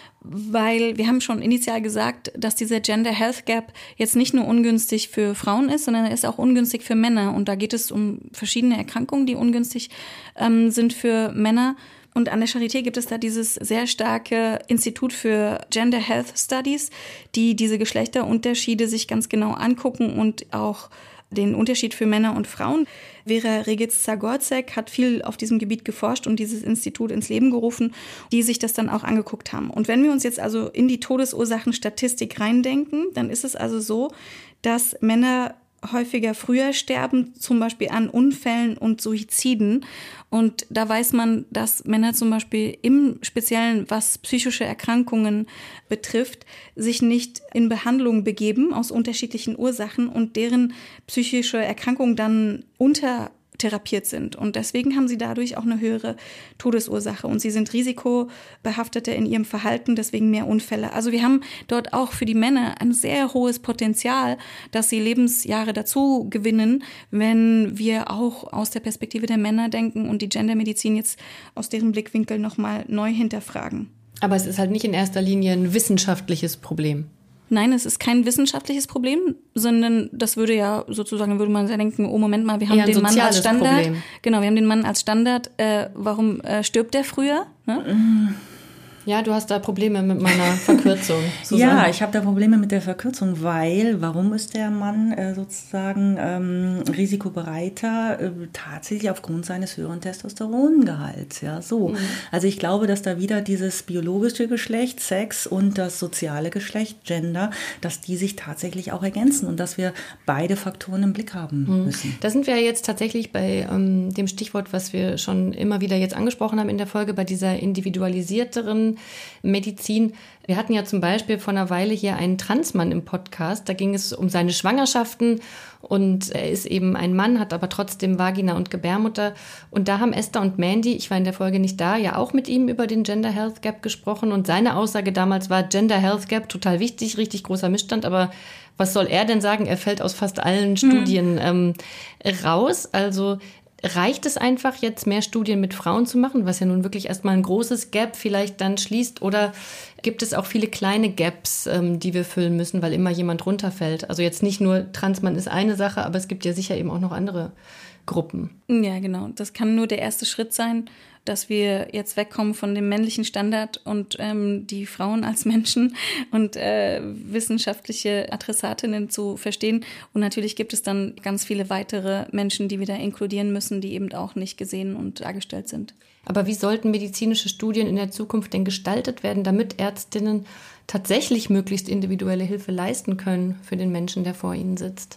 Weil wir haben schon initial gesagt, dass dieser Gender Health Gap jetzt nicht nur ungünstig für Frauen ist, sondern er ist auch ungünstig für Männer. Und da geht es um verschiedene Erkrankungen, die ungünstig ähm, sind für Männer. Und an der Charité gibt es da dieses sehr starke Institut für Gender Health Studies, die diese Geschlechterunterschiede sich ganz genau angucken und auch den Unterschied für Männer und Frauen. Vera Regic-Zagorzek hat viel auf diesem Gebiet geforscht und dieses Institut ins Leben gerufen, die sich das dann auch angeguckt haben. Und wenn wir uns jetzt also in die Todesursachenstatistik reindenken, dann ist es also so, dass Männer häufiger früher sterben, zum Beispiel an Unfällen und Suiziden. Und da weiß man, dass Männer zum Beispiel im Speziellen, was psychische Erkrankungen betrifft, sich nicht in Behandlung begeben aus unterschiedlichen Ursachen und deren psychische Erkrankungen dann untertherapiert sind. Und deswegen haben sie dadurch auch eine höhere Todesursache. Und sie sind risikobehafteter in ihrem Verhalten, deswegen mehr Unfälle. Also wir haben dort auch für die Männer ein sehr hohes Potenzial, dass sie Lebensjahre dazu gewinnen, wenn wir auch aus der Perspektive der Männer denken und die Gendermedizin jetzt aus deren Blickwinkel nochmal neu hinterfragen. Aber es ist halt nicht in erster Linie ein wissenschaftliches Problem. Nein, es ist kein wissenschaftliches Problem, sondern das würde ja sozusagen, würde man ja denken, oh Moment mal, wir haben den Mann als Standard. Problem. Genau, wir haben den Mann als Standard. Äh, warum äh, stirbt der früher? Ne? Ja, du hast da Probleme mit meiner Verkürzung. Susanne. Ja, ich habe da Probleme mit der Verkürzung, weil, warum ist der Mann äh, sozusagen ähm, risikobereiter? Äh, tatsächlich aufgrund seines höheren Testosterongehalts. Ja, so. Mhm. Also ich glaube, dass da wieder dieses biologische Geschlecht, Sex und das soziale Geschlecht, Gender, dass die sich tatsächlich auch ergänzen und dass wir beide Faktoren im Blick haben mhm. müssen. Da sind wir jetzt tatsächlich bei ähm, dem Stichwort, was wir schon immer wieder jetzt angesprochen haben in der Folge, bei dieser individualisierteren Medizin. Wir hatten ja zum Beispiel vor einer Weile hier einen Transmann im Podcast. Da ging es um seine Schwangerschaften und er ist eben ein Mann, hat aber trotzdem Vagina und Gebärmutter. Und da haben Esther und Mandy, ich war in der Folge nicht da, ja auch mit ihm über den Gender Health Gap gesprochen. Und seine Aussage damals war, Gender Health Gap, total wichtig, richtig großer Missstand, aber was soll er denn sagen? Er fällt aus fast allen Studien ähm, raus. Also reicht es einfach, jetzt mehr Studien mit Frauen zu machen, was ja nun wirklich erstmal ein großes Gap vielleicht dann schließt? Oder gibt es auch viele kleine Gaps, ähm, die wir füllen müssen, weil immer jemand runterfällt? Also jetzt nicht nur Transmann ist eine Sache, aber es gibt ja sicher eben auch noch andere Gruppen. Ja, genau. Das kann nur der erste Schritt sein, dass wir jetzt wegkommen von dem männlichen Standard und ähm, die Frauen als Menschen und äh, wissenschaftliche Adressatinnen zu verstehen. Und natürlich gibt es dann ganz viele weitere Menschen, die wir da inkludieren müssen, die eben auch nicht gesehen und dargestellt sind. Aber wie sollten medizinische Studien in der Zukunft denn gestaltet werden, damit Ärztinnen tatsächlich möglichst individuelle Hilfe leisten können für den Menschen, der vor ihnen sitzt?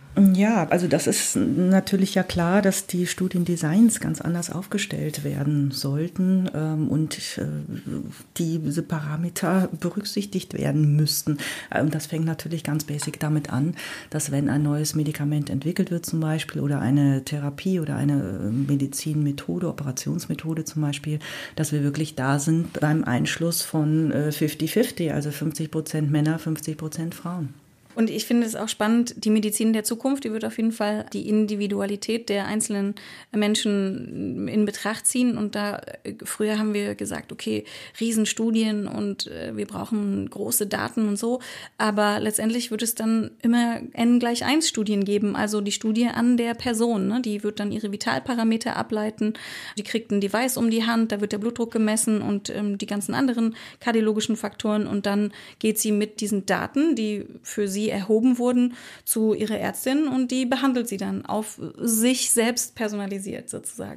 Ja, also das ist natürlich ja klar, dass die Studiendesigns ganz anders aufgestellt werden sollten ähm, und äh, diese Parameter berücksichtigt werden müssten. Und das fängt natürlich ganz basic damit an, dass wenn ein neues Medikament entwickelt wird zum Beispiel oder eine Therapie oder eine Medizinmethode, Operationsmethode zum Beispiel, dass wir wirklich da sind beim Einschluss von äh, fifty fifty, also fünfzig Prozent Männer, fünfzig Prozent Frauen. Und ich finde es auch spannend, die Medizin der Zukunft, die wird auf jeden Fall die Individualität der einzelnen Menschen in Betracht ziehen. Und da früher haben wir gesagt, okay, Riesenstudien und äh, wir brauchen große Daten und so. Aber letztendlich wird es dann immer N gleich eins Studien geben, also die Studie an der Person. Ne? Die wird dann ihre Vitalparameter ableiten. Die kriegt ein Device um die Hand, da wird der Blutdruck gemessen und ähm, die ganzen anderen kardiologischen Faktoren. Und dann geht sie mit diesen Daten, die für sie erhoben wurden, zu ihrer Ärztin und die behandelt sie dann auf sich selbst personalisiert sozusagen.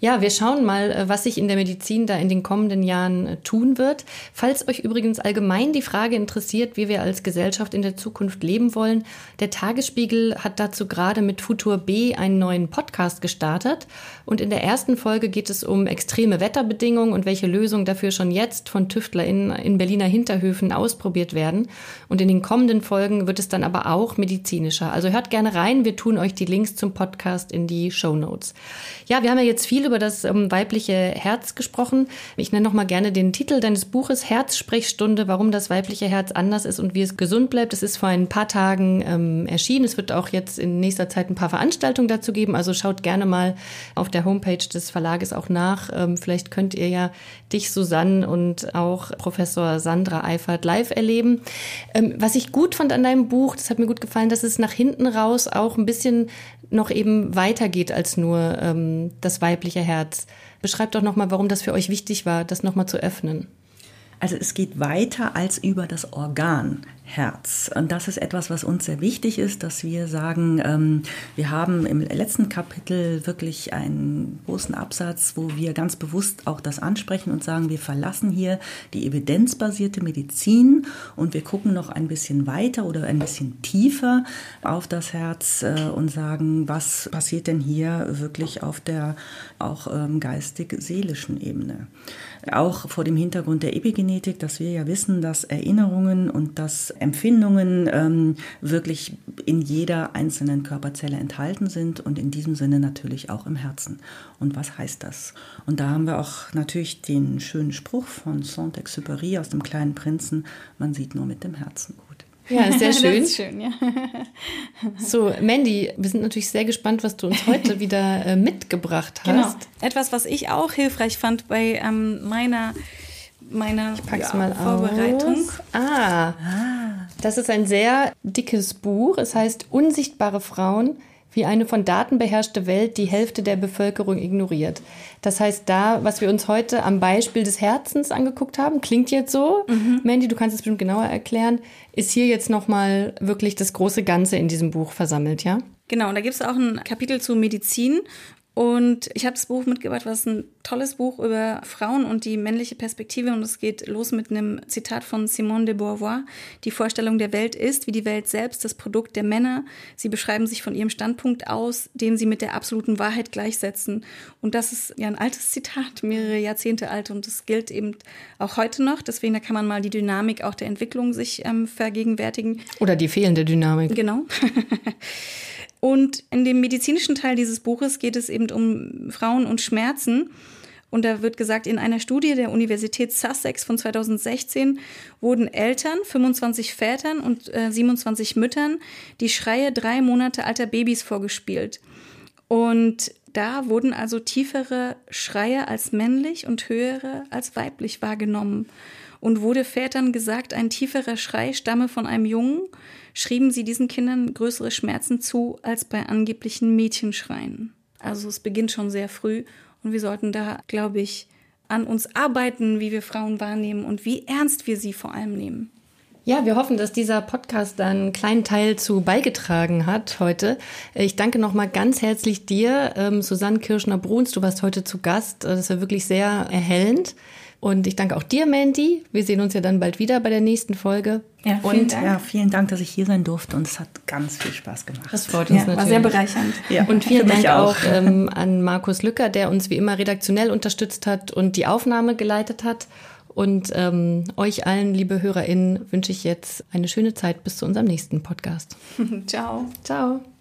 Ja, wir schauen mal, was sich in der Medizin da in den kommenden Jahren tun wird. Falls euch übrigens allgemein die Frage interessiert, wie wir als Gesellschaft in der Zukunft leben wollen, der Tagesspiegel hat dazu gerade mit Futur B einen neuen Podcast gestartet. Und in der ersten Folge geht es um extreme Wetterbedingungen und welche Lösungen dafür schon jetzt von TüftlerInnen in Berliner Hinterhöfen ausprobiert werden. Und in den kommenden Folgen wird es dann aber auch medizinischer. Also hört gerne rein, wir tun euch die Links zum Podcast in die Shownotes. Ja, wir haben ja jetzt viel über das ähm, weibliche Herz gesprochen. Ich nenne noch mal gerne den Titel deines Buches, Herzsprechstunde, warum das weibliche Herz anders ist und wie es gesund bleibt. Es ist vor ein paar Tagen ähm, erschienen. Es wird auch jetzt in nächster Zeit ein paar Veranstaltungen dazu geben. Also schaut gerne mal auf der Homepage des Verlages auch nach. Ähm, vielleicht könnt ihr ja dich, Susanne, und auch Professor Sandra Eifert live erleben. Ähm, was ich gut fand an deinem Buch, das hat mir gut gefallen, dass es nach hinten raus auch ein bisschen noch eben weitergeht als nur ähm, das weibliche Herz. Beschreibt doch nochmal, warum das für euch wichtig war, das nochmal zu öffnen. Also es geht weiter als über das Organ Herz. Und das ist etwas, was uns sehr wichtig ist, dass wir sagen, ähm, wir haben im letzten Kapitel wirklich einen großen Absatz, wo wir ganz bewusst auch das ansprechen und sagen, wir verlassen hier die evidenzbasierte Medizin und wir gucken noch ein bisschen weiter oder ein bisschen tiefer auf das Herz äh, und sagen, was passiert denn hier wirklich auf der auch ähm, geistig-seelischen Ebene. Auch vor dem Hintergrund der Epigenetik, dass wir ja wissen, dass Erinnerungen und dass Empfindungen ähm, wirklich in jeder einzelnen Körperzelle enthalten sind und in diesem Sinne natürlich auch im Herzen. Und was heißt das? Und da haben wir auch natürlich den schönen Spruch von Saint-Exupéry aus dem Kleinen Prinzen, man sieht nur mit dem Herzen gut. Ja, sehr schön. Das ist schön, ja. So, Mandy, wir sind natürlich sehr gespannt, was du uns heute wieder äh, mitgebracht hast. Genau. Etwas, was ich auch hilfreich fand bei ähm, meiner meiner ich pack's ja, mal Vorbereitung. Aus. Ah, das ist ein sehr dickes Buch. Es heißt Unsichtbare Frauen, wie eine von Daten beherrschte Welt die Hälfte der Bevölkerung ignoriert. Das heißt, da, was wir uns heute am Beispiel des Herzens angeguckt haben, klingt jetzt so. Mhm. Mandy, du kannst es bestimmt genauer erklären, ist hier jetzt nochmal wirklich das große Ganze in diesem Buch versammelt, ja? Genau, und da gibt es auch ein Kapitel zu Medizin. Und ich habe das Buch mitgebracht, was ein tolles Buch über Frauen und die männliche Perspektive. Und es geht los mit einem Zitat von Simone de Beauvoir. Die Vorstellung der Welt ist, wie die Welt selbst, das Produkt der Männer. Sie beschreiben sich von ihrem Standpunkt aus, den sie mit der absoluten Wahrheit gleichsetzen. Und das ist ja ein altes Zitat, mehrere Jahrzehnte alt. Und das gilt eben auch heute noch. Deswegen, da kann man mal die Dynamik auch der Entwicklung sich ähm, vergegenwärtigen. Oder die fehlende Dynamik. Genau. Und in dem medizinischen Teil dieses Buches geht es eben um Frauen und Schmerzen. Und da wird gesagt, in einer Studie der Universität Sussex von zweitausendsechzehn wurden Eltern, fünfundzwanzig Vätern und äh, siebenundzwanzig Müttern, die Schreie drei Monate alter Babys vorgespielt. Und da wurden also tiefere Schreie als männlich und höhere als weiblich wahrgenommen. Und wurde Vätern gesagt, ein tieferer Schrei stamme von einem Jungen, schrieben sie diesen Kindern größere Schmerzen zu als bei angeblichen Mädchenschreien. Also es beginnt schon sehr früh und wir sollten da, glaube ich, an uns arbeiten, wie wir Frauen wahrnehmen und wie ernst wir sie vor allem nehmen. Ja, wir hoffen, dass dieser Podcast da einen kleinen Teil zu beigetragen hat heute. Ich danke nochmal ganz herzlich dir, ähm, Susanne Kirschner-Bruns. Du warst heute zu Gast. Das war wirklich sehr erhellend. Und ich danke auch dir, Mandy. Wir sehen uns ja dann bald wieder bei der nächsten Folge. Ja, vielen und Dank. Ja, vielen Dank, dass ich hier sein durfte. Und es hat ganz viel Spaß gemacht. Das freut uns ja, natürlich. War sehr bereichernd. Ja, und vielen Dank auch, auch ähm, an Markus Lücker, der uns wie immer redaktionell unterstützt hat und die Aufnahme geleitet hat. Und ähm, euch allen, liebe HörerInnen, wünsche ich jetzt eine schöne Zeit bis zu unserem nächsten Podcast. Ciao. Ciao.